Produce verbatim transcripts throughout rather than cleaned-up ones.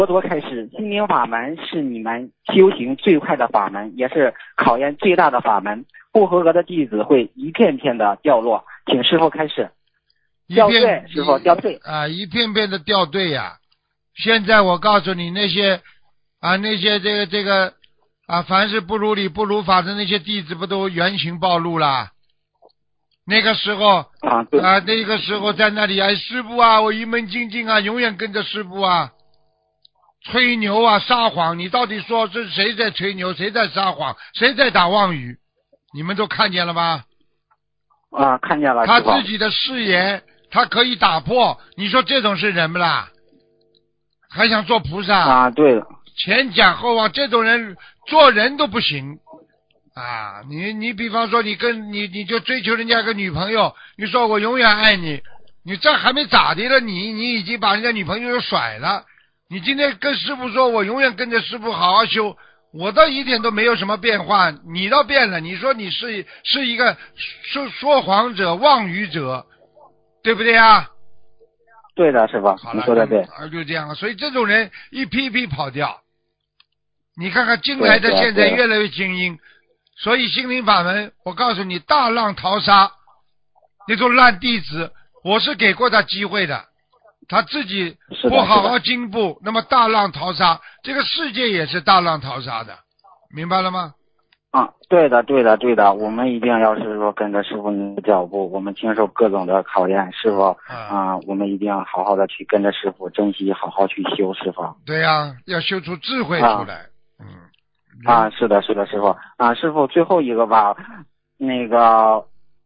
佛陀开始，心灵法门是你们修行最快的法门，也是考验最大的法门。不合格的弟子会一片片的掉落，请师父开始。掉队，师父掉队啊，一片片的掉队呀、啊！现在我告诉你，那些啊那些这个这个啊，凡是不如理不如法的那些弟子，不都原形暴露了？那个时候啊，对啊，那个时候在那里啊，师父啊，我一门精进啊，永远跟着师父啊，吹牛啊，撒谎，你到底说这是谁在吹牛，谁在撒谎，谁在打妄语？你们都看见了吗？ 啊，看见了。 他自己的誓言，他可以打破。你说这种是人不啦？还想做菩萨？ 啊，对了。 前讲后啊，这种人做人都不行啊！你你比方说，你跟你你就追求人家个女朋友，你说我永远爱你，你这还没咋的了，你你已经把人家女朋友甩了。你今天跟师父说，我永远跟着师父好好修。我倒一点都没有什么变化，你倒变了。你说你是是一个说说谎者、妄语者，对不对啊？ 对的，师傅，你说的对。 啊，就这样，所以这种人一批批跑掉。你看看进来的现在越来越精英，所以心灵法门，我告诉你，大浪淘沙，那种烂弟子，我是给过他机会的。他自己不好好进步，那么大浪淘沙，这个世界也是大浪淘沙的，明白了吗？ 啊，对的，对的，对的，我们一定要是说跟着师傅你的脚步，我们经受各种的考验，师傅啊，我们一定要好好的去跟着师傅，珍惜，好好去修，师傅。 对呀、啊，要修出智慧出来。啊嗯。 啊，是的，是的，师傅啊，师傅最后一个吧，那个。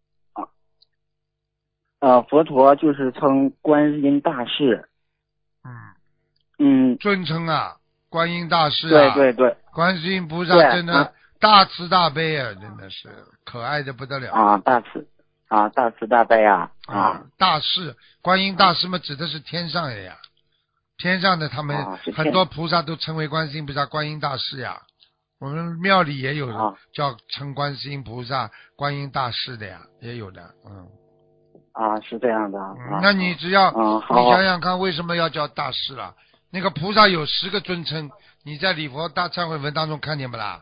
呃，佛陀就是称观音大士， 嗯嗯， 尊称啊，观音大士啊，对对对， 观世音菩萨真的、啊、大慈大悲啊，真的是可爱的不得了啊，大慈啊，大慈大悲啊啊，啊大士，观音大士嘛，指的是天上的呀，天上的他们、 啊、 很多菩萨都称为观世音菩萨、观音大士呀，我们庙里也有叫称观世音菩萨、观音大士的呀，也有的，嗯。 啊，是这样的。啊、 嗯、那你只要、 嗯、 你想想看，为什么要叫大士了？那个菩萨有十个尊称，你在礼佛大忏悔文当中看见不啦？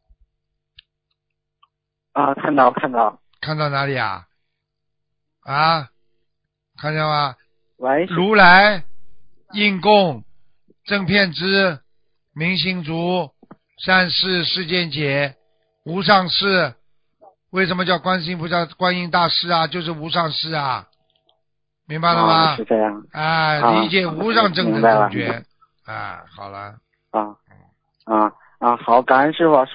啊，看到看到。 看到哪里啊？啊，看见吗？ 喂。 如来、应供、正遍知、明心足、善事世间解、无上士。为什么叫观世音菩萨、观音大士啊？就是无上士啊，明白了吗？ 啊、是这样。 哎、啊，理解无上正等正觉。啊，好了。 啊啊啊！好，感恩师傅。